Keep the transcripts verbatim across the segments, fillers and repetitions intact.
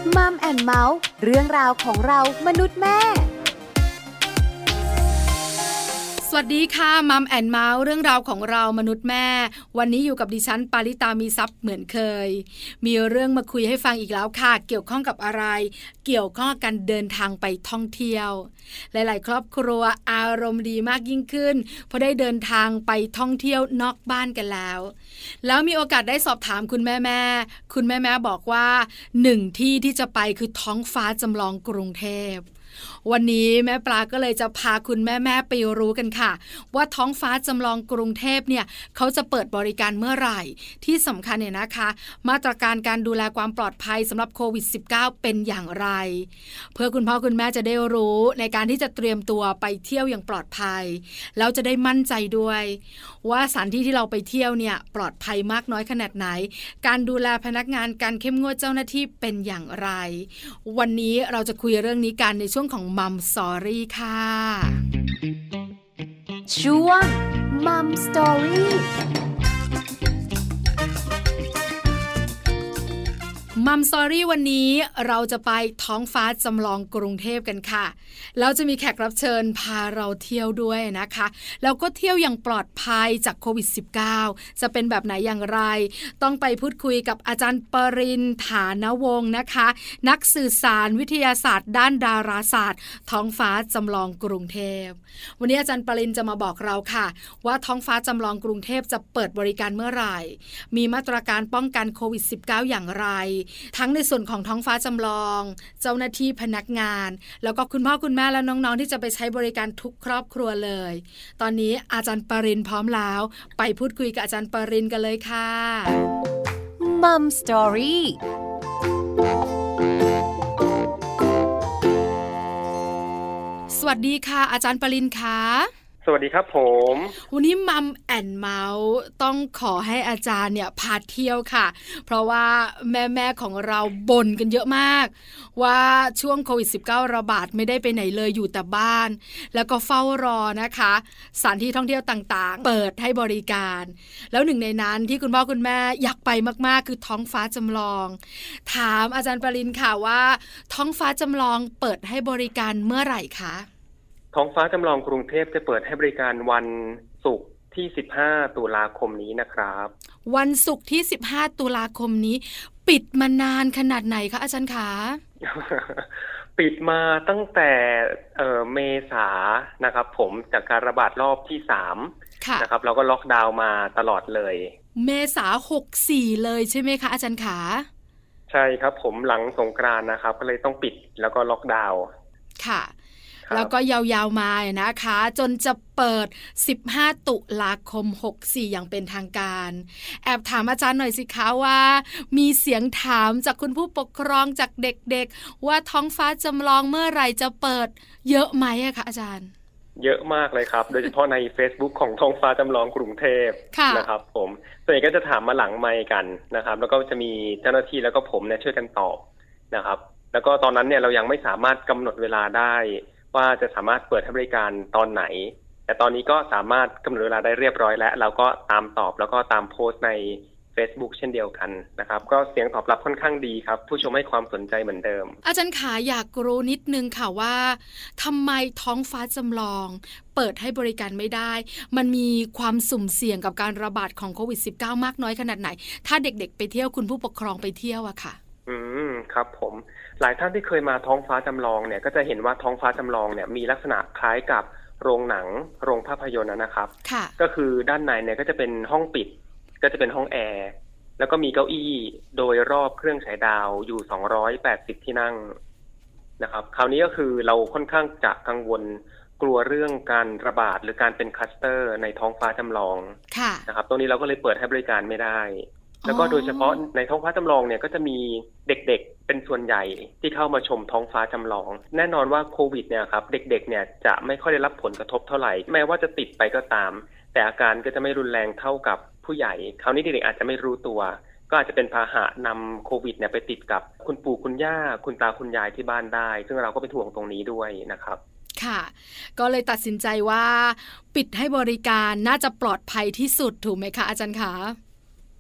มัมแอนด์เมาส์เรื่องราวของเรามนุษย์แม่สวัสดีค่ะมัมแอนด์เมาส์เรื่องราวของเรามนุษย์แม่วันนี้อยู่กับดิฉันปาริตามีทรัพย์เหมือนเคยมีเรื่องมาคุยให้ฟังอีกแล้วค่ะเกี่ยวข้องกับอะไรเกี่ยวข้องกับการเดินทางไปท่องเที่ยวหลายๆครอบครัวอารมณ์ดีมากยิ่งขึ้นเพราะได้เดินทางไปท่องเที่ยวนอกบ้านกันแล้วแล้วมีโอกาสได้สอบถามคุณแม่แม่คุณแม่แม่บอกว่าหนึ่งที่ที่จะไปคือท้องฟ้าจำลองกรุงเทพวันนี้แม่ปลาก็เลยจะพาคุณแม่แม่ไปรู้กันค่ะว่าท้องฟ้าจำลองกรุงเทพเนี่ยเขาจะเปิดบริการเมื่อไหร่ที่สำคัญเนี่ยนะคะมาตรการการดูแลความปลอดภัยสำหรับโควิด สิบเก้า เป็นอย่างไรเพื่อคุณพ่อคุณแม่จะได้รู้ในการที่จะเตรียมตัวไปเที่ยวอย่างปลอดภัยแล้วจะได้มั่นใจด้วยว่าสถานที่ที่เราไปเที่ยวเนี่ยปลอดภัยมากน้อยขนาดไหนการดูแลพนักงานการเข้มงวดเจ้าหน้าที่เป็นอย่างไรวันนี้เราจะคุยเรื่องนี้กันในช่วงของมัมสตอรี่ค่ะช่วงมัมสตอรี่มัมสตอรี่วันนี้เราจะไปท้องฟ้าจำลองกรุงเทพกันค่ะแล้วจะมีแขกรับเชิญพาเราเที่ยวด้วยนะคะแล้วก็เที่ยวอย่างปลอดภัยจากโควิด สิบเก้า จะเป็นแบบไหนอย่างไรต้องไปพูดคุยกับอาจารย์ปรินฐานวงศ์นะคะนักสื่อสารวิทยาศาสตร์ด้านดาราศาสตร์ท้องฟ้าจำลองกรุงเทพวันนี้อาจารย์ปรินจะมาบอกเราค่ะว่าท้องฟ้าจำลองกรุงเทพจะเปิดบริการเมื่อไหร่มีมาตรการป้องกันโควิด สิบเก้า อย่างไรทั้งในส่วนของท้องฟ้าจำลองเจ้าหน้าที่พนักงานแล้วก็คุณพ่อคุณแม่และน้องๆที่จะไปใช้บริการทุกครอบครัวเลยตอนนี้อาจารย์ปรินพร้อมแล้วไปพูดคุยกับอาจารย์ปรินกันเลยค่ะมัมสตอรี่สวัสดีค่ะอาจารย์ปรินค่ะสวัสดีครับผมวันนี้มัมแอนเมาส์ต้องขอให้อาจารย์เนี่ยพาเที่ยวค่ะเพราะว่าแม่ๆของเราบ่นกันเยอะมากว่าช่วงโควิด สิบเก้า ระบาดไม่ได้ไปไหนเลยอยู่แต่บ้านแล้วก็เฝ้ารอนะคะสถานที่ท่องเที่ยวต่างๆเปิดให้บริการแล้วหนึ่งในนั้นที่คุณพ่อคุณแม่อยากไปมากๆคือท้องฟ้าจำลองถามอาจารย์ปรินค่ะว่าท้องฟ้าจำลองเปิดให้บริการเมื่อไหร่คะท้องฟ้าจำลองกรุงเทพจะเปิดให้บริการวันศุกร์ที่สิบห้าตุลาคมนี้นะครับวันศุกร์ที่สิบห้าตุลาคมนี้ปิดมานานขนาดไหนคะอาจารย์คะปิดมาตั้งแต่เอ่อเมษานะครับผมจากการระบาดรอบที่สามนะครับเราก็ล็อกดาวน์มาตลอดเลยเมษาหกสิบสี่เลยใช่ไหมคะอาจารย์คะใช่ครับผมหลังสงกรานต์นะครับก็เลยต้องปิดแล้วก็ล็อกดาวน์ค่ะแล้วก็ยาวๆมานะคะจนจะเปิดสิบห้าตุลาคมหกสิบสี่อย่างเป็นทางการแอบถามอาจารย์หน่อยสิคะว่ามีเสียงถามจากคุณผู้ปกครองจากเด็กๆว่าท้องฟ้าจำลองเมื่อไหร่จะเปิดเยอะไหมอะคะอาจารย์เยอะมากเลยครับโดยเฉพาะใน Facebook ของท้องฟ้าจำลองกรุงเทพนะครับผมส่วนใหญ่ก็จะถามมาหลังไมค์กันนะครับแล้วก็จะมีเจ้าหน้าที่แล้วก็ผมเนี่ยช่วยกันตอบนะครับแล้วก็ตอนนั้นเนี่ยเรายังไม่สามารถกำหนดเวลาได้ว่าจะสามารถเปิดให้บริการตอนไหนแต่ตอนนี้ก็สามารถกำหนดเวลาได้เรียบร้อยแล้วเราก็ตามตอบแล้วก็ตามโพสต์ใน Facebook เช่นเดียวกันนะครับก็เสียงตอบรับค่อนข้างดีครับผู้ชมให้ความสนใจเหมือนเดิมอาจารย์ขาอยากรู้นิดนึงค่ะว่าทำไมท้องฟ้าจำลองเปิดให้บริการไม่ได้มันมีความสุ่มเสี่ยงกับการระบาดของโควิด สิบเก้า มากน้อยขนาดไหนถ้าเด็กๆไปเที่ยวคุณผู้ปกครองไปเที่ยวอะค่ะอืมครับผมหลายท่านที่เคยมาท้องฟ้าจำลองเนี่ยก็จะเห็นว่าท้องฟ้าจำลองเนี่ยมีลักษณะคล้ายกับโรงหนังโรงภาพยนตร์นะครับก็คือด้านในเนี่ยก็จะเป็นห้องปิดก็จะเป็นห้องแอร์แล้วก็มีเก้าอี้โดยรอบเครื่องฉายดาวอยู่สองร้อยแปดสิบที่นั่งนะครับคราวนี้ก็คือเราค่อนข้างจะกังวลกลัวเรื่องการระบาดหรือการเป็นคลัสเตอร์ในท้องฟ้าจำลองนะครับตรงนี้เราก็เลยเปิดให้บริการไม่ได้แล้วก็โดยเฉพาะในท้องฟ้าจำลองเนี่ยก็จะมีเด็กๆเป็นส่วนใหญ่ที่เข้ามาชมท้องฟ้าจำลองแน่นอนว่าโควิดเนี่ยครับเด็กๆเนี่ยจะไม่ค่อยได้รับผลกระทบเท่าไหร่แม้ว่าจะติดไปก็ตามแต่อาการก็จะไม่รุนแรงเท่ากับผู้ใหญ่คราวนี้เด็กๆอาจจะไม่รู้ตัวก็อาจจะเป็นพาหะนำโควิดเนี่ยไปติดกับคุณปู่คุณย่าคุณตาคุณยายที่บ้านได้ซึ่งเราก็เป็นห่วงตรงนี้ด้วยนะครับค่ะก็เลยตัดสินใจว่าปิดให้บริการน่าจะปลอดภัยที่สุดถูกไหมคะอาจารย์คะ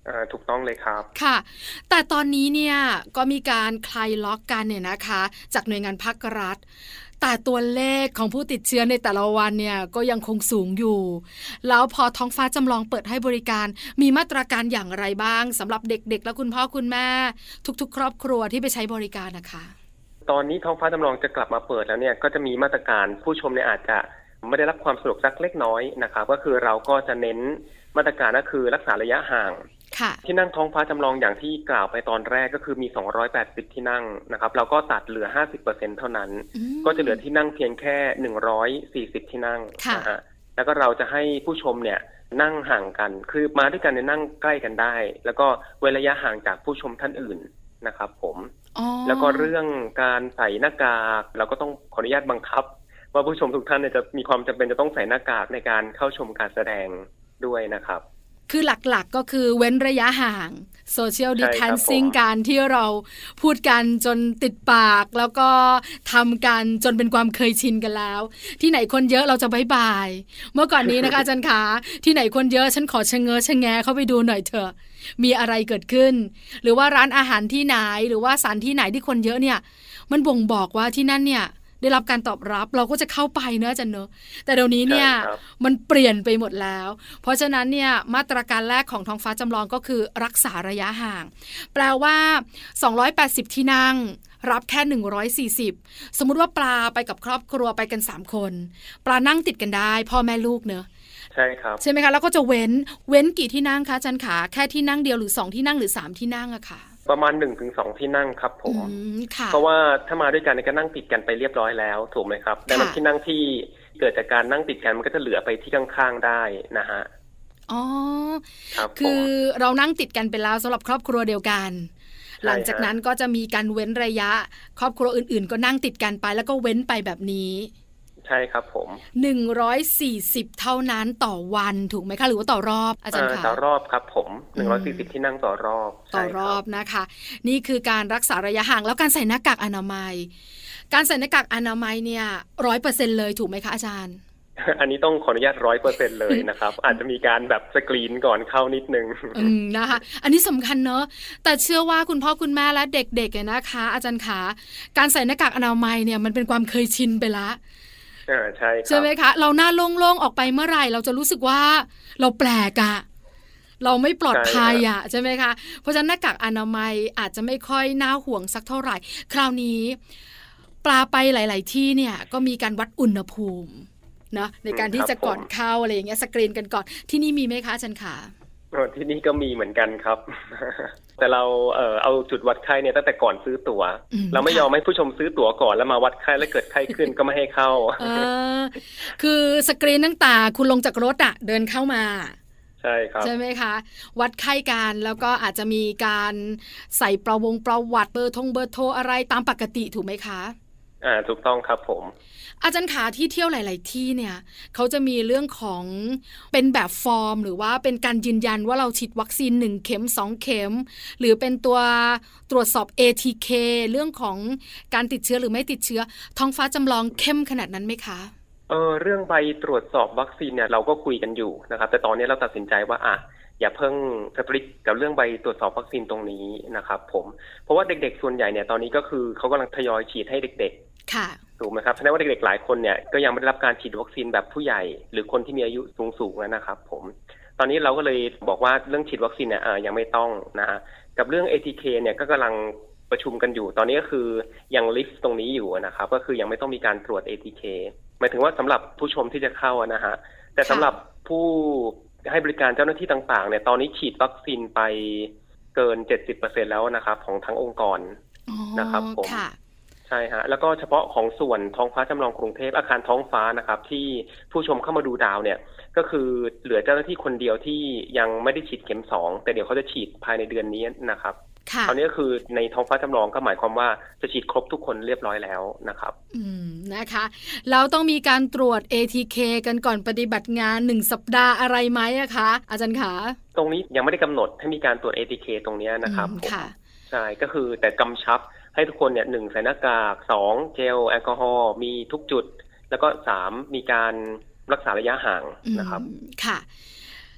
อ่าถูกต้องเลยครับค่ะแต่ตอนนี้เนี่ยก็มีการคลายล็อกกันเนี่ยนะคะจากหน่วยงานภาครัฐแต่ตัวเลขของผู้ติดเชื้อในแต่ละวันเนี่ยก็ยังคงสูงอยู่แล้วพอท้องฟ้าจำลองเปิดให้บริการมีมาตรการอย่างไรบ้างสำหรับเด็กๆและคุณพ่อคุณแม่ทุกๆครอบครัวที่ไปใช้บริการนะคะตอนนี้ท้องฟ้าจำลองจะกลับมาเปิดแล้วเนี่ยก็จะมีมาตรการผู้ชมเนี่ยอาจจะไม่ได้รับความสะดวกสักเล็กน้อยนะครับก็คือเราก็จะเน้นมาตรการก็คือรักษาระยะห่างที่นั่งท้องฟ้าจำลองอย่างที่กล่าวไปตอนแรกก็คือมีสองร้อยแปดสิบที่นั่งนะครับเราก็ตัดเหลือ ห้าสิบเปอร์เซ็นต์ เท่านั้นก็จะเหลือที่นั่งเพียงแค่หนึ่งร้อยสี่สิบที่นั่งนะฮะแล้วก็เราจะให้ผู้ชมเนี่ยนั่งห่างกันคือมาด้วยกันเนี่ยนั่งใกล้กันได้แล้วก็เว้นระยะห่างจากผู้ชมท่านอื่นนะครับผมแล้วก็เรื่องการใส่หน้ากากเราก็ต้องขออนุญาตบังคับว่าผู้ชมทุกท่านเนี่ยจะมีความจำเป็นจะต้องใส่หน้ากากในการเข้าชมการแสดงด้วยนะครับคือหลักๆก็คือเว้นระยะห่างโซเชียลดิสแทนซิ่งการที่เราพูดกันจนติดปากแล้วก็ทำกันจนเป็นความเคยชินกันแล้วที่ไหนคนเยอะเราจะบายบายเมื่อก่อนนี้นะคะอาจารย์ขาที่ไหนคนเยอะฉันขอชะเง้อชะแงเข้าไปดูหน่อยเถอะมีอะไรเกิดขึ้นหรือว่าร้านอาหารที่ไหนหรือว่าสถานที่ไหนที่คนเยอะเนี่ยมันบ่งบอกว่าที่นั่นเนี่ยได้รับการตอบรับเราก็จะเข้าไปเนอะอาจารย์เนอะแต่เดี๋ยวนี้เนี่ยมันเปลี่ยนไปหมดแล้วเพราะฉะนั้นเนี่ยมาตรการแรกของท้องฟ้าจำลองก็คือรักษาระยะห่างแปลว่าสองร้อยแปดสิบที่นั่งรับแค่หนึ่งร้อยสี่สิบสมมุติว่าปลาไปกับครอบครัวไปกันสามคนปลานั่งติดกันได้พ่อแม่ลูกเนอะใช่ครับใช่ไหมคะแล้วก็จะเว้นเว้นกี่ที่นั่งคะอาจารย์ขาแค่ที่นั่งเดียวหรือสองที่นั่งหรือสามที่นั่งอะค่ะประมาณ หนึ่งถึงสอง ที่นั่งครับผมเพราะว่าถ้ามาด้วยกันก็นั่งติดกันไปเรียบร้อยแล้วถูกไหมครับดังนั้นที่นั่งที่เกิดจากการนั่งติดกันมันก็จะเหลือไปที่ข้างๆได้นะฮะอ๋อคือเรานั่งติดกันไปแล้วสำหรับครอบครัวเดียวกันหลังจากนั้นก็จะมีการเว้นระยะครอบครัวอื่นๆก็นั่งติดกันไปแล้วก็เว้นไปแบบนี้ใช่ครับผมหนึ่งร้อยสี่สิบเท่านั้นต่อวันถูกไหมคะหรือว่าต่อรอบอาจารย์คะต่อรอบครับผมหนึ่งร้อยสี่สิบที่นั่งต่อรอบต่อรอบนะคะนี่คือการรักษาระยะห่างแล้วการใส่หน้ากากอนามัยการใส่หน้ากากอนามัยเนี่ย ร้อยเปอร์เซ็นต์ เลยถูกไหมคะอาจารย์อันนี้ต้องขออนุญาต ร้อยเปอร์เซ็นต์ เลยนะครับอาจจะมีการแบบสกรีนก่อนเข้านิดนึงอืมนะคะอันนี้สำคัญเนอะแต่เชื่อว่าคุณพ่อคุณแม่และเด็กๆนะคะอาจารย์ขาการใส่หน้ากากอนามัยเนี่ยมันเป็นความเคยชินไปละอ่าใช่ครับใช่ไหมคะเราหน้าโล่งๆออกไปเมื่อไหร่เราจะรู้สึกว่าเราแปลกอะเราไม่ปลอดภัยอะใช่ไหมคะเพราะฉะนั้นหน้ากากอนามัยอาจจะไม่ค่อยน่าห่วงสักเท่าไหร่คราวนี้ปลาไปหลายๆที่เนี่ยก็มีการวัดอุณหภูมินะในการที่จะก่อนเข้าอะไรอย่างเงี้ยสกรีนกันก่อนที่นี่มีไหมคะอาจารย์ขาที่นี่ก็มีเหมือนกันครับแต่เราเอ่อเอาจุดวัดไข้เนี่ยตั้งแต่ก่อนซื้อตั๋วเราไม่ยอมให้ผู้ชมซื้อตั๋วก่อนแล้วมาวัดไข้แล้วเกิดไข้ขึ้นก็ไม่ให้เข้าคือสกรีนตั้งแต่คุณลงจากรถอะเดินเข้ามาใช่ครับใช่ไหมคะวัดไข้กันแล้วก็อาจจะมีการใส่ประวงประวัติเบอร์ทงเบอร์โทรอะไรตามปกติถูกไหมคะอ่าถูกต้องครับผมอาจารย์ขาที่เที่ยวหลายๆที่เนี่ยเขาจะมีเรื่องของเป็นแบบฟอร์มหรือว่าเป็นการยืนยันว่าเราฉีดวัคซีนหนึ่งเข็มสองเข็มหรือเป็นตัวตรวจสอบ เอ ที เค เรื่องของการติดเชื้อหรือไม่ติดเชื้อท้องฟ้าจำลองเข้มขนาดนั้นไหมคะเออเรื่องใบตรวจสอบวัคซีนเนี่ยเราก็คุยกันอยู่นะครับแต่ตอนนี้เราตัดสินใจว่าอ่ะอย่าเพิ่งสตริกกับเรื่องใบตรวจสอบวัคซีนตรงนี้นะครับผมเพราะว่าเด็กๆส่วนใหญ่เนี่ยตอนนี้ก็คือเขากำลังทยอยฉีดให้เด็กๆค่ะถูกไหมครับแสดงว่าเด็กๆหลายคนเนี่ยก็ยังไม่ได้รับการฉีดวัคซีนแบบผู้ใหญ่หรือคนที่มีอายุสูงๆแล้วนะครับผมตอนนี้เราก็เลยบอกว่าเรื่องฉีดวัคซีนเนี่ยยังไม่ต้องนะฮะกับเรื่อง เอ ที เค เนี่ยก็กำลังประชุมกันอยู่ตอนนี้ก็คือยังลิสต์ตรงนี้อยู่นะครับก็คือยังไม่ต้องมีการตรวจ เอ ที เค หมายถึงว่าสำหรับผู้ชมที่จะเข้านะฮะแต่สำหรับผู้ให้บริการเจ้าหน้าที่ต่างๆเนี่ยตอนนี้ฉีดวัคซีนไปเกิน เจ็ดสิบเปอร์เซ็นต์ แล้วนะครับของทั้งองค์กรนะครับผมใช่ฮะแล้วก็เฉพาะของส่วนท้องฟ้าจำลองกรุงเทพอาคารท้องฟ้านะครับที่ผู้ชมเข้ามาดูดาวเนี่ยก็คือเหลือเจ้าหน้าที่คนเดียวที่ยังไม่ได้ฉีดเข็มสองแต่เดี๋ยวเขาจะฉีดภายในเดือนนี้นะครับคราวนี้ก็คือในท้องฟ้าจำลองก็หมายความว่าจะฉีดครบทุกคนเรียบร้อยแล้วนะครับอืมนะคะแล้วต้องมีการตรวจ เอ ที เค กันก่อนปฏิบัติงานหนึ่งสัปดาห์อะไรไหมอะคะอาจารย์คะตรงนี้ยังไม่ได้กำหนดให้มีการตรวจ เอ ที เค ตรงนี้นะครับค่ะใช่ก็คือแต่กำชับให้ทุกคนเนี่ยหนึ่งใส่หน้ากากสองเจลแอลกอฮอล์มีทุกจุดแล้วก็สามมีการรักษาระยะห่างนะครับค่ะ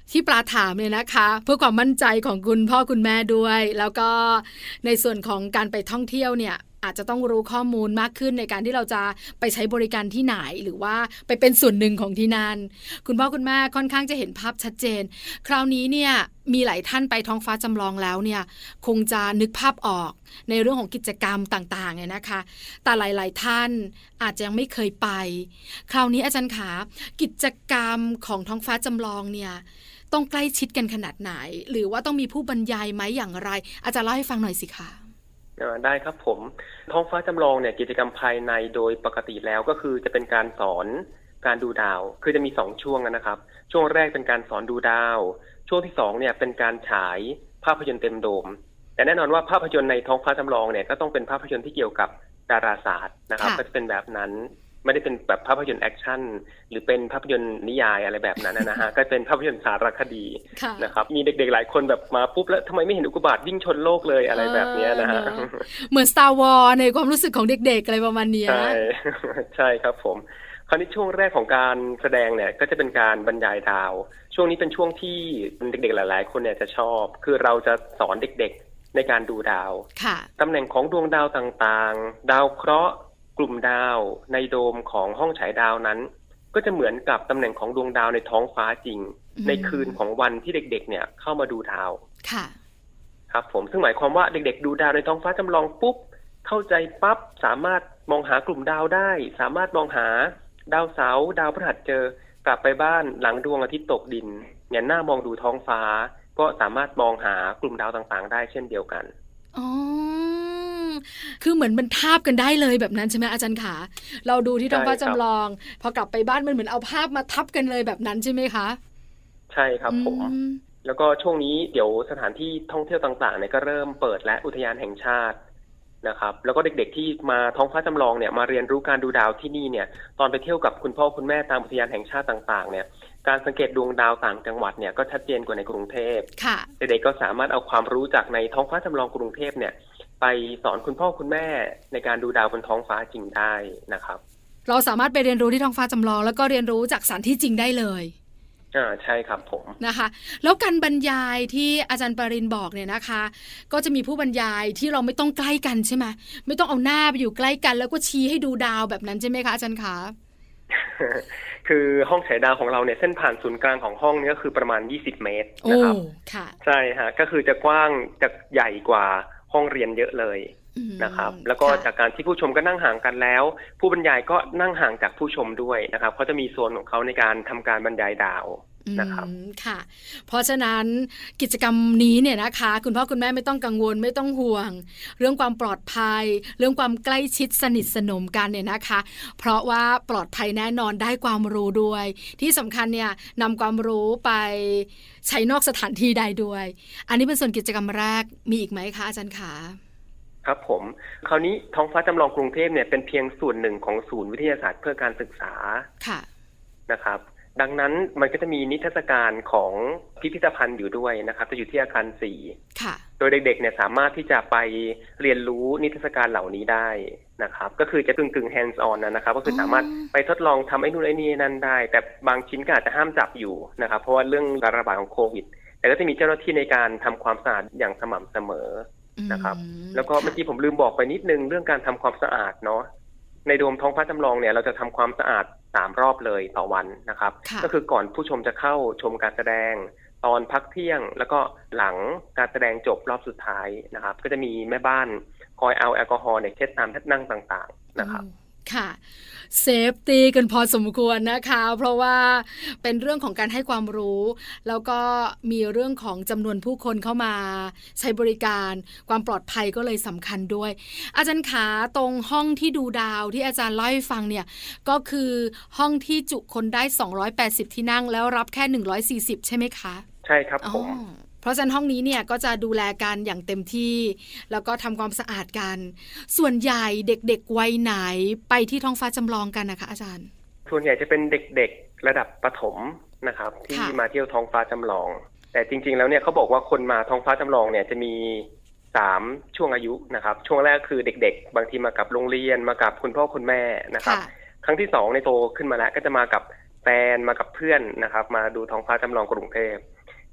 ที่ปลาถามเนี่ยนะคะเพื่อความมั่นใจของคุณพ่อคุณแม่ด้วยแล้วก็ในส่วนของการไปท่องเที่ยวเนี่ยอาจจะต้องรู้ข้อมูลมากขึ้นในการที่เราจะไปใช้บริการที่ไหนหรือว่าไปเป็นส่วนหนึ่งของที่นั่นคุณพ่อคุณแม่ค่อนข้างจะเห็นภาพชัดเจนคราวนี้เนี่ยมีหลายท่านไปท้องฟ้าจำลองแล้วเนี่ยคงจะนึกภาพออกในเรื่องของกิจกรรมต่างๆเนี่ยนะคะแต่หลายๆท่านอาจจะยังไม่เคยไปคราวนี้อาจารย์ขากิจกรรมของท้องฟ้าจำลองเนี่ยต้องใกล้ชิดกันขนาดไหนหรือว่าต้องมีผู้บรรยายไหมอย่างไรอาจารย์เล่าให้ฟังหน่อยสิคะได้ครับผมท้องฟ้าจำลองเนี่ยกิจกรรมภายในโดยปกติแล้วก็คือจะเป็นการสอนการดูดาวคือจะมีสองช่วงนะครับช่วงแรกเป็นการสอนดูดาวช่วงที่สองเนี่ยเป็นการฉายภาพยนตร์เต็มโดมแต่แน่นอนว่าภาพยนตร์ในท้องฟ้าจำลองเนี่ยก็ต้องเป็นภาพยนตร์ที่เกี่ยวกับดาราศาสตร์นะครับก็จะเป็นแบบนั้นไม่ได้เป็นแบบภาพยนตร์แอคชั่นหรือเป็นภาพยนตร์นิยายอะไรแบบนั้นนะฮะ ก็เป็นภาพยนตร์สารคดีนะครับมีเด็กๆหลายคนแบบมาปุ๊บแล้วทำไมไม่เห็นอุกกาบาตวิ่งชนโลกเลยอะไรแบบนี้นะฮะเหมือน Star Wars ในความรู้สึกของเด็กๆอะไรประมาณนี้ใช่ใช่ครับผมคราวนี้ช่วงแรกของการแสดงเนี่ยก็จะเป็นการบรรยายดาวช่วงนี้เป็นช่วงที่เด็กๆหลายๆคนเนี่ยจะชอบคือเราจะสอนเด็กๆในการดูดาวตำแหน่งของดวงดาวต่างๆดาวเคราะห์กลุ่มดาวในโดมของห้องฉายดาวนั้นก็จะเหมือนกับตำแหน่งของดวงดาวในท้องฟ้าจริงในคืนของวันที่เด็กๆเนี่ยเข้ามาดูดาวค่ะครับผมซึ่งหมายความว่าเด็กๆดูดาวในท้องฟ้าจำลองปุ๊บเข้าใจปั๊บสามารถมองหากลุ่มดาวได้สามารถมองหาดาวเสาร์ดาวพฤหัสเจอกลับไปบ้านหลังดวงอาทิตย์ตกดินเนี่ยหน้ามองดูท้องฟ้าก็สามารถมองหากลุ่มดาวต่างๆได้เช่นเดียวกันอ๋อคือเหมือนมันทาบกันได้เลยแบบนั้นใช่ไหมอาจารย์ขาเราดูที่ท้องฟ้าจำลองพอกลับไปบ้านมันเหมือนเอาภาพมาทับกันเลยแบบนั้นใช่ไหมคะใช่ครับผมแล้วก็ช่วงนี้เดี๋ยวสถานที่ท่องเที่ยวต่างๆเนี่ยก็เริ่มเปิดและอุทยานแห่งชาตินะครับแล้วก็เด็กๆที่มาท้องฟ้าจำลองเนี่ยมาเรียนรู้การดูดาวที่นี่เนี่ยตอนไปเที่ยวกับคุณพ่อคุณแม่ตามอุทยานแห่งชาติต่างๆเนี่ยการสังเกตดวงดาวต่างจังหวัดเนี่ยก็ชัดเจนกว่าในกรุงเทพเด็กๆก็สามารถเอาความรู้จากในท้องฟ้าจำลองกรุงเทพเนี่ยไปสอนคุณพ่อคุณแม่ในการดูดาวบนท้องฟ้าจริงได้นะครับเราสามารถไปเรียนรู้ที่ท้องฟ้าจำลองแล้วก็เรียนรู้จากสถานที่จริงได้เลยอ่าใช่ครับผมนะคะแล้วการบรรยายที่อาจารย์ปรินบอกเนี่ยนะคะก็จะมีผู้บรรยายที่เราไม่ต้องใกล้กันใช่ไหมไม่ต้องเอาหน้าไปอยู่ใกล้กันแล้วก็ชี้ให้ดูดาวแบบนั้นใช่ไหมคะอาจารย์คะคือห้องฉายดาวของเราเนี่ยเส้นผ่านศูนย์กลางของห้องนี้ก็คือประมาณยี่สิบเมตรนะครับค่ะใช่ฮะก็คือจะกว้างจะใหญ่กว่าห้องเรียนเยอะเลยนะครับแล้วก็จากการที่ผู้ชมก็นั่งห่างกันแล้วผู้บรรยายก็นั่งห่างจากผู้ชมด้วยนะครับเขาจะมีโซนของเขาในการทำการบรรยายดาวนะครับค่ะเพราะฉะนั้นกิจกรรมนี้เนี่ยนะคะคุณพ่อคุณแม่ไม่ต้องกังวลไม่ต้องห่วงเรื่องความปลอดภัยเรื่องความใกล้ชิดสนิทสนมกันเนี่ยนะคะเพราะว่าปลอดภัยแน่นอนได้ความรู้ด้วยที่สำคัญเนี่ยนำความรู้ไปใช้นอกสถานที่ใดด้วยอันนี้เป็นส่วนกิจกรรมแรกมีอีกไหมคะอาจารย์ขาครับผมคราวนี้ท้องฟ้าจำลองกรุงเทพเนี่ยเป็นเพียงส่วนหนึ่งของศูนย์วิทยาศาสตร์เพื่อการศึกษาค่ะนะครับดังนั้นมันก็จะมีนิทรรศการของพิพิธภัณฑ์อยู่ด้วยนะครับจะอยู่ที่อาคารสี่โดยเด็กๆเนี่ยสามารถที่จะไปเรียนรู้นิทรรศการเหล่านี้ได้นะครับก็คือจะกึ่งๆ hands on นะครับก็คือสามารถไปทดลองทำไอ้นู่นไอ้นี่นั่นได้แต่บางชิ้นก็อาจจะห้ามจับอยู่นะครับเพราะว่าเรื่องการระบาดของโควิดแต่ก็จะมีเจ้าหน้าที่ในการทำความสะอาดอย่างสม่ำเสมอนะครับแล้วก็เมื่อกี้ผมลืมบอกไปนิดนึงเรื่องการทำความสะอาดเนาะในโดมท้องฟ้าจำลองเนี่ยเราจะทำความสะอาดสามรอบเลยต่อวันนะครับก็คือก่อนผู้ชมจะเข้าชมการแสดงตอนพักเที่ยงแล้วก็หลังการแสดงจบรอบสุดท้ายนะครับก็จะมีแม่บ้านคอยเอาแอลกอฮอล์เนี่ยเช็ดตามที่นั่งต่างๆนะครับค่ะเซฟตี้กันพอสมควรนะคะเพราะว่าเป็นเรื่องของการให้ความรู้แล้วก็มีเรื่องของจำนวนผู้คนเข้ามาใช้บริการความปลอดภัยก็เลยสำคัญด้วยอาจารย์ขาตรงห้องที่ดูดาวที่อาจารย์เล่าให้ฟังเนี่ยก็คือห้องที่จุคนได้สองร้อยแปดสิบที่นั่งแล้วรับแค่หนึ่งร้อยสี่สิบใช่ไหมคะใช่ครับผมเพราะฉะนั้นห้องนี้เนี่ยก็จะดูแลกันอย่างเต็มที่แล้วก็ทำความสะอาดกันส่วนใหญ่เด็กๆวัยไหนไปที่ท้องฟ้าจำลองกันนะคะอาจารย์ส่วนใหญ่จะเป็นเด็กๆระดับประถมนะครับที่มาเที่ยวท้องฟ้าจำลองแต่จริงๆแล้วเนี่ยเขาบอกว่าคนมาท้องฟ้าจำลองเนี่ยจะมีสามช่วงอายุนะครับช่วงแรกคือเด็กๆบางทีมากับโรงเรียนมากับคุณพ่อคุณแม่นะครับครั้งที่สองในโตขึ้นมาแล้วก็จะมากับแฟนมากับเพื่อนนะครับมาดูท้องฟ้าจำลองกรุงเทพ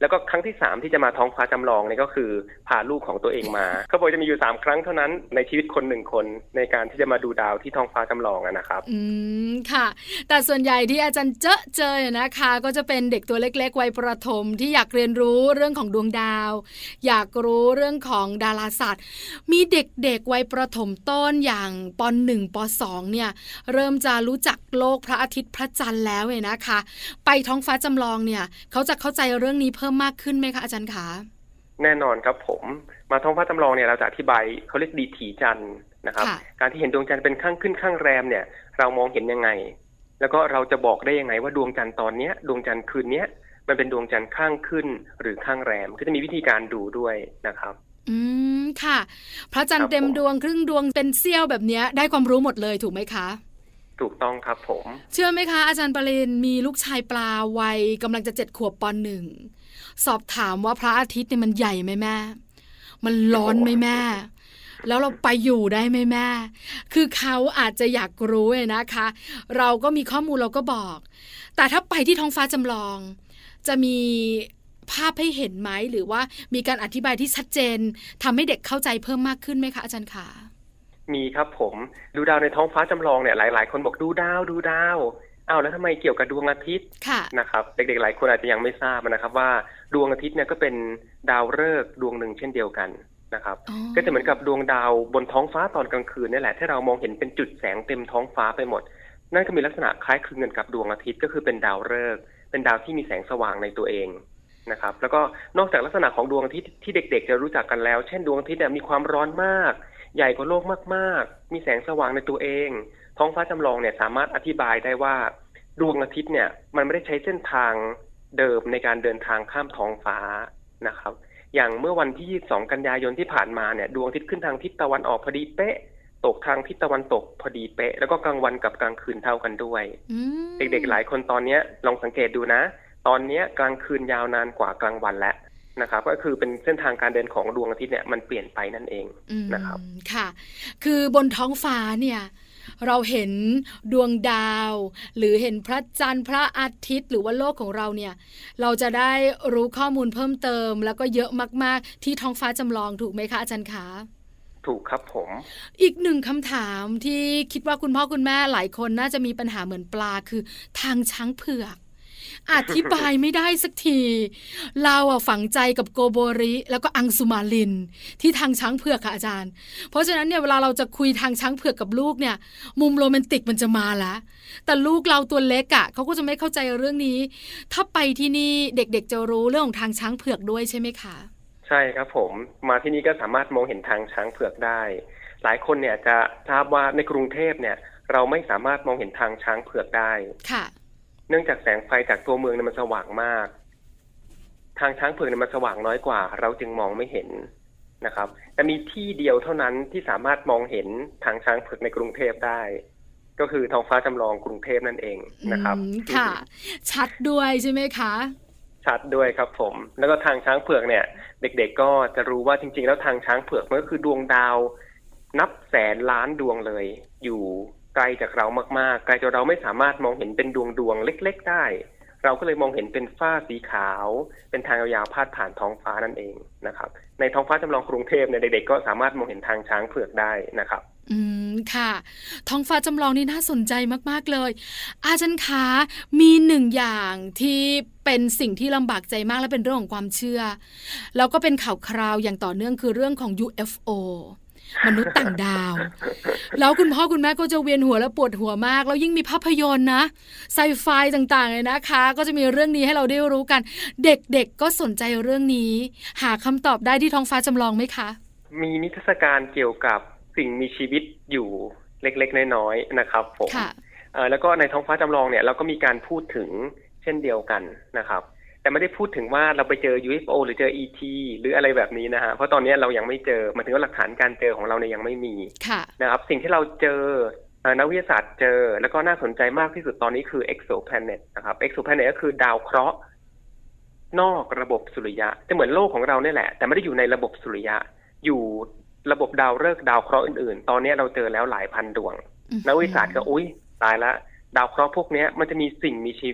แล้วก็ครั้งที่สามที่จะมาท้องฟ้าจำลองเนี่ยก็คือพาลูกของตัวเองมาเขาบอกจะมีอยู่สามครั้งเท่านั้นในชีวิตคนหนึ่งคนในการที่จะมาดูดาวที่ท้องฟ้าจำลองนะครับอืมค่ะแต่ส่วนใหญ่ที่อาจารย์เจอเจอนะคะก็จะเป็นเด็กตัวเล็กๆวัยประถมที่อยากเรียนรู้เรื่องของดวงดาวอยากรู้เรื่องของดาราศาสตร์มีเด็กๆวัยประถมต้นอย่างป.หนึ่ง ป.สอง เนี่ยเริ่มจะรู้จักโลกพระอาทิตย์พระจันทร์แล้วเนี่ยนะคะไปท้องฟ้าจำลองเนี่ยเขาจะเข้าใจเรื่องนี้เพิ่มมากขึ้นไหมคะอาจารย์คะแน่นอนครับผมมาท้องฟ้าจำลองเนี่ยเราจะอธิบายเขาเรียกดีถีจันทร์นะครับการที่เห็นดวงจันทร์เป็นข้างขึ้นข้างแรมเนี่ยเรามองเห็นยังไงแล้วก็เราจะบอกได้ยังไงว่าดวงจันทร์ตอนเนี้ยดวงจันทร์คืนเนี้ยมันเป็นดวงจันทร์ข้างขึ้นหรือข้างแรมก็จะมีวิธีการดูด้วยนะครับอืมค่ะพระจันทร์เต็มดวงครึ่งดวงเป็นเสี้ยวแบบนี้ได้ความรู้หมดเลยถูกไหมคะถูกต้องครับผมเชื่อไหมคะอาจารย์ปริญมีลูกชายปลาวัยกำลังจะเจ็ดขวบปหนึ่งสอบถามว่าพระอาทิตย์เนี่ยมันใหญ่ไหมแม่มันร้อนไหมแม่แล้วเราไปอยู่ได้ไหมแม่คือเขาอาจจะอยากรู้นะคะเราก็มีข้อมูลเราก็บอกแต่ถ้าไปที่ท้องฟ้าจำลองจะมีภาพให้เห็นไหมหรือว่ามีการอธิบายที่ชัดเจนทำให้เด็กเข้าใจเพิ่มมากขึ้นไหมคะอาจารย์คะมีครับผมดูดาวในท้องฟ้าจำลองเนี่ยหลายๆคนบอกดูดาวดูดาวอ้าวแล้วทำไมเกี่ยวกับดวงอาทิตย์นะครับเด็กๆหลายคนอาจจะยังไม่ทราบนะครับว่าดวงอาทิตย์เนี่ยก็เป็นดาวฤกษ์ดวงหนึ่งเช่นเดียวกันนะครับก็จะเหมือนกับดวงดาวบนท้องฟ้าตอนกลางคืนนี่แหละที่เรามองเห็นเป็นจุดแสงเต็มท้องฟ้าไปหมดนั่นก็มีลักษณะคล้ายคลึงกันกับดวงอาทิตย์ก็คือเป็นดาวฤกษ์เป็นดาวที่มีแสงสว่างในตัวเองนะครับแล้วก็นอกจากลักษณะของดวงอาทิตย์ที่เด็กๆจะรู้จักกันแล้วเช่นดวงอาทิตย์เนี่ยมีความร้อนมากใหญ่กว่าโลกมากๆมีแสงสว่างในตัวเองท้องฟ้าจำลองเนี่ยสามารถอธิบายได้ว่าดวงอาทิตย์เนี่ยมันไม่ได้ใช้เส้นทางเดิมในการเดินทางข้ามท้องฟ้านะครับอย่างเมื่อวันที่ยี่สิบสองกันยายนที่ผ่านมาเนี่ยดวงอาทิตย์ขึ้นทางทิศตะวันออกพอดีเป๊ะตกทางทิศตะวันตกพอดีเป๊ะแล้วก็กลางวันกับกลางคืนเท่ากันด้วยเด็กๆหลายคนตอนนี้ลองสังเกตดูนะตอนนี้กลางคืนยาวนานกว่ากลางวันแล้วนะครับก็คือเป็นเส้นทางการเดินของดวงอาทิตย์เนี่ยมันเปลี่ยนไปนั่นเองนะครับค่ะคือบนท้องฟ้าเนี่ยเราเห็นดวงดาวหรือเห็นพระจันทร์พระอาทิตย์หรือว่าโลกของเราเนี่ยเราจะได้รู้ข้อมูลเพิ่มเติมแล้วก็เยอะมากๆที่ท้องฟ้าจำลองถูกไหมคะอาจารย์คะถูกครับผมอีกหนึ่งคำถามที่คิดว่าคุณพ่อคุณแม่หลายคนน่าจะมีปัญหาเหมือนปลาคือทางช้างเผือกอธิบายไม่ได้สักทีเราอะฝังใจกับโกโบริแล้วก็อังสุมาลินที่ทางช้างเผือกค่ะอาจารย์เพราะฉะนั้นเนี่ยเวลาเราจะคุยทางช้างเผือกกับลูกเนี่ยมุมโรแมนติกมันจะมาแล้วแต่ลูกเราตัวเล็กอะเขาก็จะไม่เข้าใจเรื่องนี้ถ้าไปที่นี่เด็กๆจะรู้เรื่องของทางช้างเผือกด้วยใช่ไหมคะใช่ครับผมมาที่นี่ก็สามารถมองเห็นทางช้างเผือกได้หลายคนเนี่ยจะทราบว่าในกรุงเทพเนี่ยเราไม่สามารถมองเห็นทางช้างเผือกได้ค่ะเนื่องจากแสงไฟจากตัวเมืองเนี่ยมันสว่างมากทางช้างเผือกเนี่ยมันสว่างน้อยกว่าเราจึงมองไม่เห็นนะครับแต่มีที่เดียวเท่านั้นที่สามารถมองเห็นทางช้างเผือกในกรุงเทพได้ก็คือท้องฟ้าจำลองกรุงเทพนั่นเองนะครับค่ะชัดด้วยใช่ไหมคะชัดด้วยครับผมแล้วก็ทางช้างเผือกเนี่ยเด็กๆก็จะรู้ว่าจริงๆแล้วทางช้างเผือกมันก็คือดวงดาวนับแสนล้านดวงเลยอยู่ไกลจากเรามากๆไกลจนเราไม่สามารถมองเห็นเป็นดวงดวงเล็กๆได้เราก็เลยมองเห็นเป็นฟ้าสีขาวเป็นทางยาวๆพาดผ่านท้องฟ้านั่นเองนะครับในท้องฟ้าจำลองกรุงเทพเนี่ยเด็กๆก็สามารถมองเห็นทางช้างเผือกได้นะครับอืมค่ะท้องฟ้าจำลองนี่น่าสนใจมากๆเลยอาจารย์คะมีหนึ่งอย่างที่เป็นสิ่งที่ลำบากใจมากและเป็นเรื่องของความเชื่อแล้วก็เป็นข่าวคราวอย่างต่อเนื่องคือเรื่องของ ยู เอฟ โอมนุษย์ต่างดาวแล้วคุณพ่อคุณแม่ก็จะเวียนหัวและปวดหัวมากแล้วยิ่งมีภาพยนตร์นะไซไฟต่างๆเลยนะคะก็จะมีเรื่องนี้ให้เราได้รู้กันเด็กๆก็สนใจเรื่องนี้หาคำตอบได้ที่ท้องฟ้าจำลองไหมคะมีนิทรรศการเกี่ยวกับสิ่งมีชีวิตอยู่เล็กๆน้อยๆนะครับผมแล้วก็ในท้องฟ้าจำลองเนี่ยเราก็มีการพูดถึงเช่นเดียวกันนะครับแต่ไม่ได้พูดถึงว่าเราไปเจอ ยู เอฟ โอ หรือเจอ อี ที หรืออะไรแบบนี้นะฮะเพราะตอนนี้เรายังไม่เจอหมายถึงว่าหลักฐานการเจอของเราเนี่ยยังไม่มีนะครับสิ่งที่เราเจอนักวิทยาศาสตร์เจอแล้วก็น่าสนใจมากที่สุดตอนนี้คือ exoplanet นะครับ exoplanet ก็คือดาวเคราะห์นอกระบบสุริยะจะเหมือนโลกของเราเนี่ยแหละแต่ไม่ได้อยู่ในระบบสุริยะอยู่ระบบดาวฤกษ์ดาวเคราะห์อื่นๆตอนนี้เราเจอแล้วหลายพันดวงนักวิทยาศาสตร์ก็อุ๊ยตายละดาวเคราะห์พวกนี้มันจะมีสิ่งมีชีวิต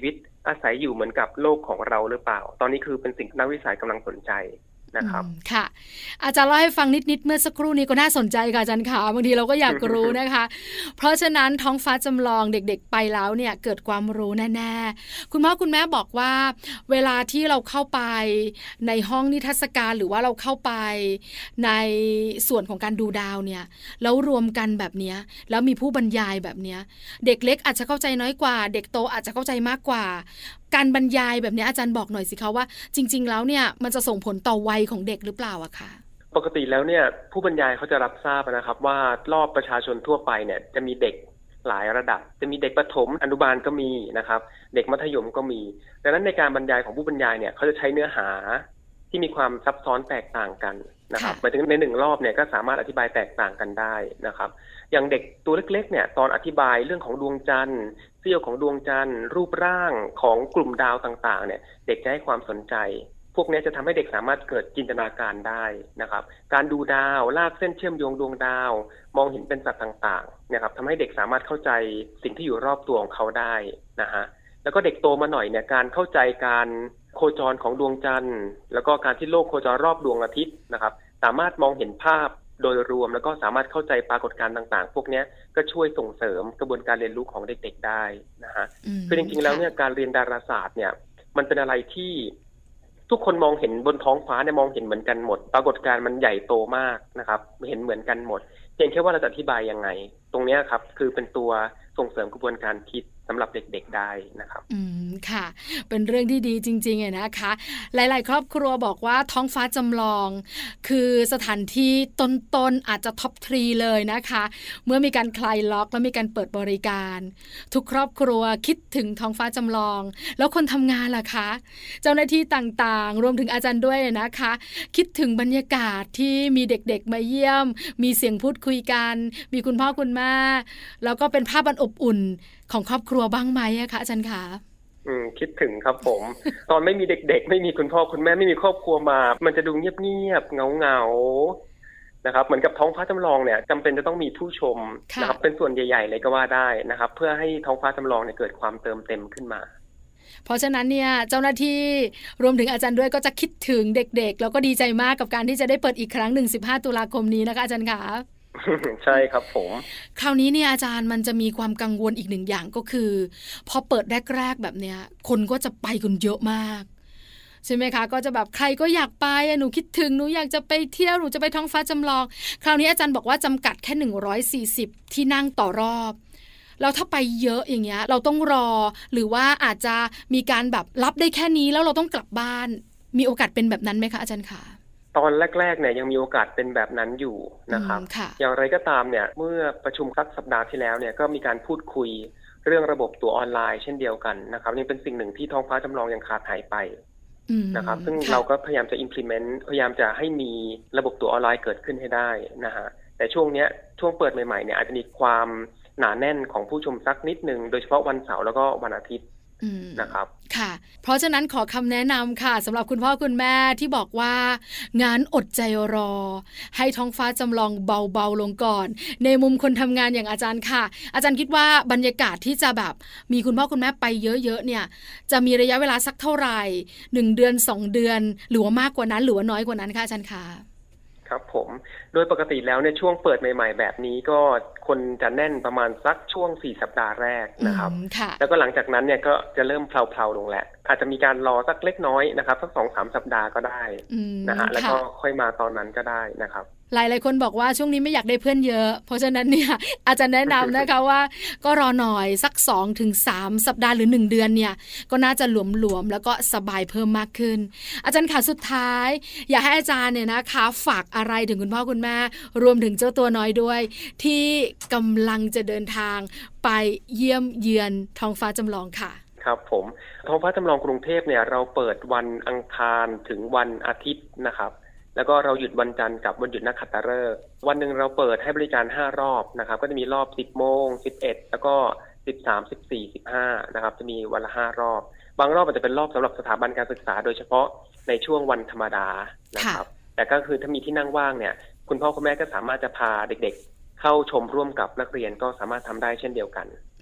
อาศัยอยู่เหมือนกับโลกของเราหรือเปล่าตอนนี้คือเป็นสิ่งนักวิทยาศาสตร์กำลังสนใจนะครับค่ะอาจารย์เล่าให้ฟังนิดๆเมื่อสักครู่นี้ก็น่าสนใจค่ะอาจารย์ขาบางทีเราก็อยากรู้นะคะ เพราะฉะนั้นท้องฟ้าจำลองเด็กๆไปแล้วเนี่ยเกิดความรู้แน่ๆคุณพ่อคุณแม่บอกว่าเวลาที่เราเข้าไปในห้องนิทรรศการหรือว่าเราเข้าไปในส่วนของการดูดาวเนี่ยแล้วรวมกันแบบเนี้ยแล้วมีผู้บรรยายแบบเนี้ยเด็กเล็กอาจจะเข้าใจน้อยกว่าเด็กโตอาจจะเข้าใจมากกว่าการบรรยายแบบนี้อาจารย์บอกหน่อยสิคะว่าจริงๆแล้วเนี่ยมันจะส่งผลต่อวัยของเด็กหรือเปล่าอะคะปกติแล้วเนี่ยผู้บรรยายเขาจะรับทราบนะครับว่ารอบประชาชนทั่วไปเนี่ยจะมีเด็กหลายระดับจะมีเด็กประถมอนุบาลก็มีนะครับเด็กมัธยมก็มีดังนั้นในการบรรยายของผู้บรรยายเนี่ยเขาจะใช้เนื้อหาที่มีความซับซ้อนแตกต่างกันนะครับหมายถึงในหนึ่งรอบเนี่ยก็สามารถอธิบายแตกต่างกันได้นะครับอย่างเด็กตัวเล็กๆเนี่ยตอนอธิบายเรื่องของดวงจันทร์เสี้ยวของดวงจันทร์รูปร่างของกลุ่มดาวต่างๆเนี่ยเด็กจะให้ความสนใจพวกนี้จะทำให้เด็กสามารถเกิดจินตนาการได้นะครับการดูดาวลากเส้นเชื่อมโยงดวงดาวมองเห็นเป็นสัตว์ต่างๆนะครับทำให้เด็กสามารถเข้าใจสิ่งที่อยู่รอบตัวของเขาได้นะฮะแล้วก็เด็กโตมาหน่อยเนี่ยการเข้าใจการโคจรของดวงจันทร์แล้วก็การที่โลกโคจรรอบดวงอาทิตย์นะครับสามารถมองเห็นภาพโดยรวมแล้วก็สามารถเข้าใจปรากฏการณ์ต่างๆพวกนี้ก็ช่วยส่งเสริมกระบวนการเรียนรู้ของเด็กๆได้นะฮะคือจริงๆแล้วเนี่ยการเรียนดาราศาสตร์เนี่ยมันเป็นอะไรที่ทุกคนมองเห็นบนท้องฟ้าเนี่ยมองเห็นเหมือนกันหมดปรากฏการณ์มันใหญ่โตมากนะครับเห็นเหมือนกันหมดเพียงแค่ว่าเราจะอธิบายยังไงตรงนี้ครับคือเป็นตัวส่งเสริมกระบวนการคิดสำหรับเด็กๆได้นะครับอืมค่ะเป็นเรื่องที่ดีจริงๆอ่ะนะคะหลายๆครอบครัวบอกว่าท้องฟ้าจำลองคือสถานที่ต้นๆอาจจะท็อปทรีเลยนะคะเมื่อมีการคลายล็อกและมีการเปิดบริการทุกครอบครัวคิดถึงท้องฟ้าจำลองแล้วคนทำงานล่ะคะเจ้าหน้าที่ต่างๆรวมถึงอาจารย์ด้วยนะคะคิดถึงบรรยากาศที่มีเด็กๆมาเยี่ยมมีเสียงพูดคุยกันมีคุณพ่อคุณแม่แล้วก็เป็นภาพอันอบอุ่นของครอบครัวบ้างไหมอะคะอาจารย์คะอืมคิดถึงครับผม ตอนไม่มีเด็กๆไม่มีคุณพ่อคุณแม่ไม่มีครอบครัวมามันจะดูเงียบๆเงาๆนะครับเหมือนกับท้องฟ้าจำลองเนี่ยจำเป็นจะต้องมีผู้ชมนะครับเป็นส่วนใหญ่ๆเลยก็ว่าได้นะครับเพื่อให้ท้องฟ้าจำลองเนี่ยเกิดความเติมเต็มขึ้นมาเพราะฉะนั้นเนี่ยเจ้าหน้าที่รวมถึงอาจารย์ด้วยก็จะคิดถึงเด็กๆแล้วก็ดีใจมากกับการที่จะได้เปิดอีกครั้งหนึ่ง สิบห้าตุลาคมนี้นะคะอาจารย์คะใช่ครับผมคราวนี้เนี่ยอาจารย์มันจะมีความกังวลอีกหนึ่งอย่างก็คือพอเปิดแรกๆแบบเนี้ยคนก็จะไปกันเยอะมากใช่ไหมคะก็จะแบบใครก็อยากไปหนูคิดถึงหนูอยากจะไปเที่ยวหนูจะไปท้องฟ้าจำลองคราวนี้อาจารย์บอกว่าจำกัดแค่หนึ่งร้อยสี่สิบที่นั่งต่อรอบแล้วถ้าไปเยอะอย่างเงี้ยเราต้องรอหรือว่าอาจจะมีการแบบรับได้แค่นี้แล้วเราต้องกลับบ้านมีโอกาสเป็นแบบนั้นไหมคะอาจารย์คะตอนแรกๆเนี่ยยังมีโอกาสเป็นแบบนั้นอยู่นะครับอย่างไรก็ตามเนี่ยเมื่อประชุมสักสัปดาห์ที่แล้วเนี่ยก็มีการพูดคุยเรื่องระบบตั๋วออนไลน์เช่นเดียวกันนะครับนี่เป็นสิ่งหนึ่งที่ท้องฟ้าจำลองยังขาดหายไปนะครับซึ่งเราก็พยายามจะ implement พยายามจะให้มีระบบตั๋วออนไลน์เกิดขึ้นให้ได้นะฮะแต่ช่วงเนี้ยช่วงเปิดใหม่ๆเนี่ยอาจจะมีความหนาแน่นของผู้ชมสักนิดนึงโดยเฉพาะวันเสาร์แล้วก็วันอาทิตย์นะครับค่ะเพราะฉะนั้นขอคำแนะนำค่ะสำหรับคุณพ่อคุณแม่ที่บอกว่างานอดใจรอให้ท้องฟ้าจำลองเบาๆลงก่อนในมุมคนทำงานอย่างอาจารย์ค่ะอาจารย์คิดว่าบรรยากาศที่จะแบบมีคุณพ่อคุณแม่ไปเยอะๆเนี่ยจะมีระยะเวลาสักเท่าไหร่หนึ่งเดือนสองเดือนหรือว่ามากกว่านั้นหรือว่าน้อยกว่านั้นค่ะอาจารย์ค่ะครับผมโดยปกติแล้วเนี่ยช่วงเปิดใหม่ๆแบบนี้ก็คนจะแน่นประมาณสักช่วงสี่สัปดาห์แรกนะครับแล้วก็หลังจากนั้นเนี่ยก็จะเริ่มเพลาๆลงแหละอาจจะมีการรอสักเล็กน้อยนะครับสัก สองถึงสาม สัปดาห์ก็ได้นะฮะแล้วก็ค่อยมาตอนนั้นก็ได้นะครับหลายๆคนบอกว่าช่วงนี้ไม่อยากได้เพื่อนเยอะเพราะฉะนั้นเนี่ยอาจารย์แนะนำนะคะว่าก็รอหน่อยสัก สองถึงสาม สัปดาห์หรือหนึ่งเดือนเนี่ยก็น่าจะหลวมๆแล้วก็สบายเพิ่มมากขึ้นอาจารย์ค่ะสุดท้ายอยากให้อาจารย์เนี่ยนะคะฝากอะไรถึงคุณพ่อคุณแม่รวมถึงเจ้าตัวน้อยด้วยที่กำลังจะเดินทางไปเยี่ยมเยือนท้องฟ้าจำลองค่ะครับผมท้องฟ้าจำลองกรุงเทพเนี่ยเราเปิดวันอังคารถึงวันอาทิตย์นะครับแล้วก็เราหยุดวันจันทร์กับวันหยุดนักขัตฤกษ์วันหนึ่งเราเปิดให้บริการห้ารอบนะครับก็จะมีรอบสิบโมงสิบเอ็ดแล้วก็สิบสาม สิบสี่ สิบห้านะครับจะมีวันละห้ารอบบางรอบอาจจะเป็นรอบสำหรับสถาบันการศึกษาโดยเฉพาะในช่วงวันธรรมดานะครับแต่ก็คือถ้ามีที่นั่งว่างเนี่ยคุณพ่อคุณแม่ก็สามารถจะพาเด็กๆเข้าชมร่วมกับนักเรียนก็สามารถทำได้เช่นเดียวกันแ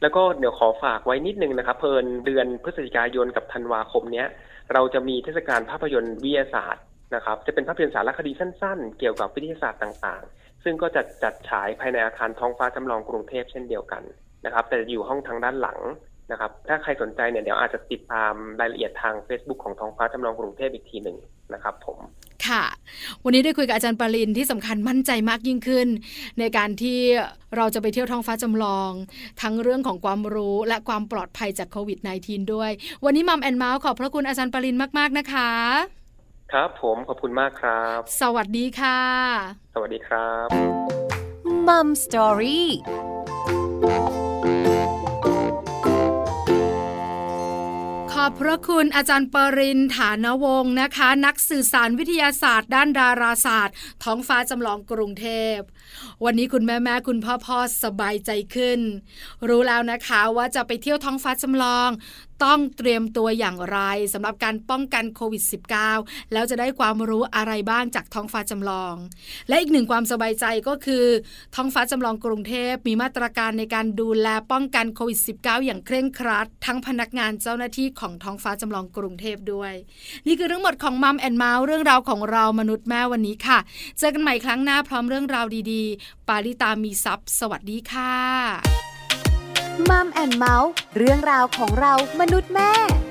แล้วก็เดี๋ยวขอฝากไว้นิดนึงนะครับเพลินเดือนพฤศจิกายนกับธันวาคมเนี้ยเราจะมีเทศกาลภาพยนตร์วิทยาศาสตร์นะครับจะเป็นภาพยนตร์สารคดีสั้นๆเกี่ยวกับวิทยาศาสตร์ต่างๆซึ่งก็จะจัดฉายภายในอาคารท้องฟ้าจำลองกรุงเทพเช่นเดียวกันนะครับแต่อยู่ห้องทางด้านหลังนะครับถ้าใครสนใจเนี่ยเดี๋ยวอาจจะติดตามรายละเอียดทาง Facebook ของท้องฟ้าจำลองกรุงเทพอีกทีหนึ่งนะครับผมค่ะวันนี้ได้คุยกับอาจารย์ปรินที่สำคัญมั่นใจมากยิ่งขึ้นในการที่เราจะไปเที่ยวท้องฟ้าจำลองทั้งเรื่องของความรู้และความปลอดภัยจากโควิด สิบเก้า ด้วยวันนี้มัมแอนด์เมาส์ขอบพระคุณอาจารย์ปรินมากๆนะคะครับผมขอบคุณมากครับสวัสดีค่ะสวัสดีครับมัมสตอรี่ขอบพระคุณอาจารย์ปรินฐานวงศ์นะคะนักสื่อสารวิทยาศาสตร์ด้านดาราศาสตร์ท้องฟ้าจำลองกรุงเทพวันนี้คุณแม่แม่คุณพ่อพ่อสบายใจขึ้นรู้แล้วนะคะว่าจะไปเที่ยวท้องฟ้าจำลองต้องเตรียมตัวอย่างไรสำหรับการป้องกันโควิด สิบเก้า แล้วจะได้ความรู้อะไรบ้างจากท้องฟ้าจำลองและอีกหนึ่งความสบายใจก็คือท้องฟ้าจำลองกรุงเทพมีมาตรการในการดูแลป้องกันโควิด สิบเก้า อย่างเคร่งครัดทั้งพนักงานเจ้าหน้าที่ของท้องฟ้าจำลองกรุงเทพด้วยนี่คือทั้งหมดของมัมแอนด์เมาส์เรื่องราวของเรามนุษย์แม่วันนี้ค่ะเจอกันใหม่ครั้งหน้าพร้อมเรื่องราวดีๆปาริตามีทรัพย์สวัสดีค่ะมัมแอนด์เมาส์เรื่องราวของเรามนุษย์แม่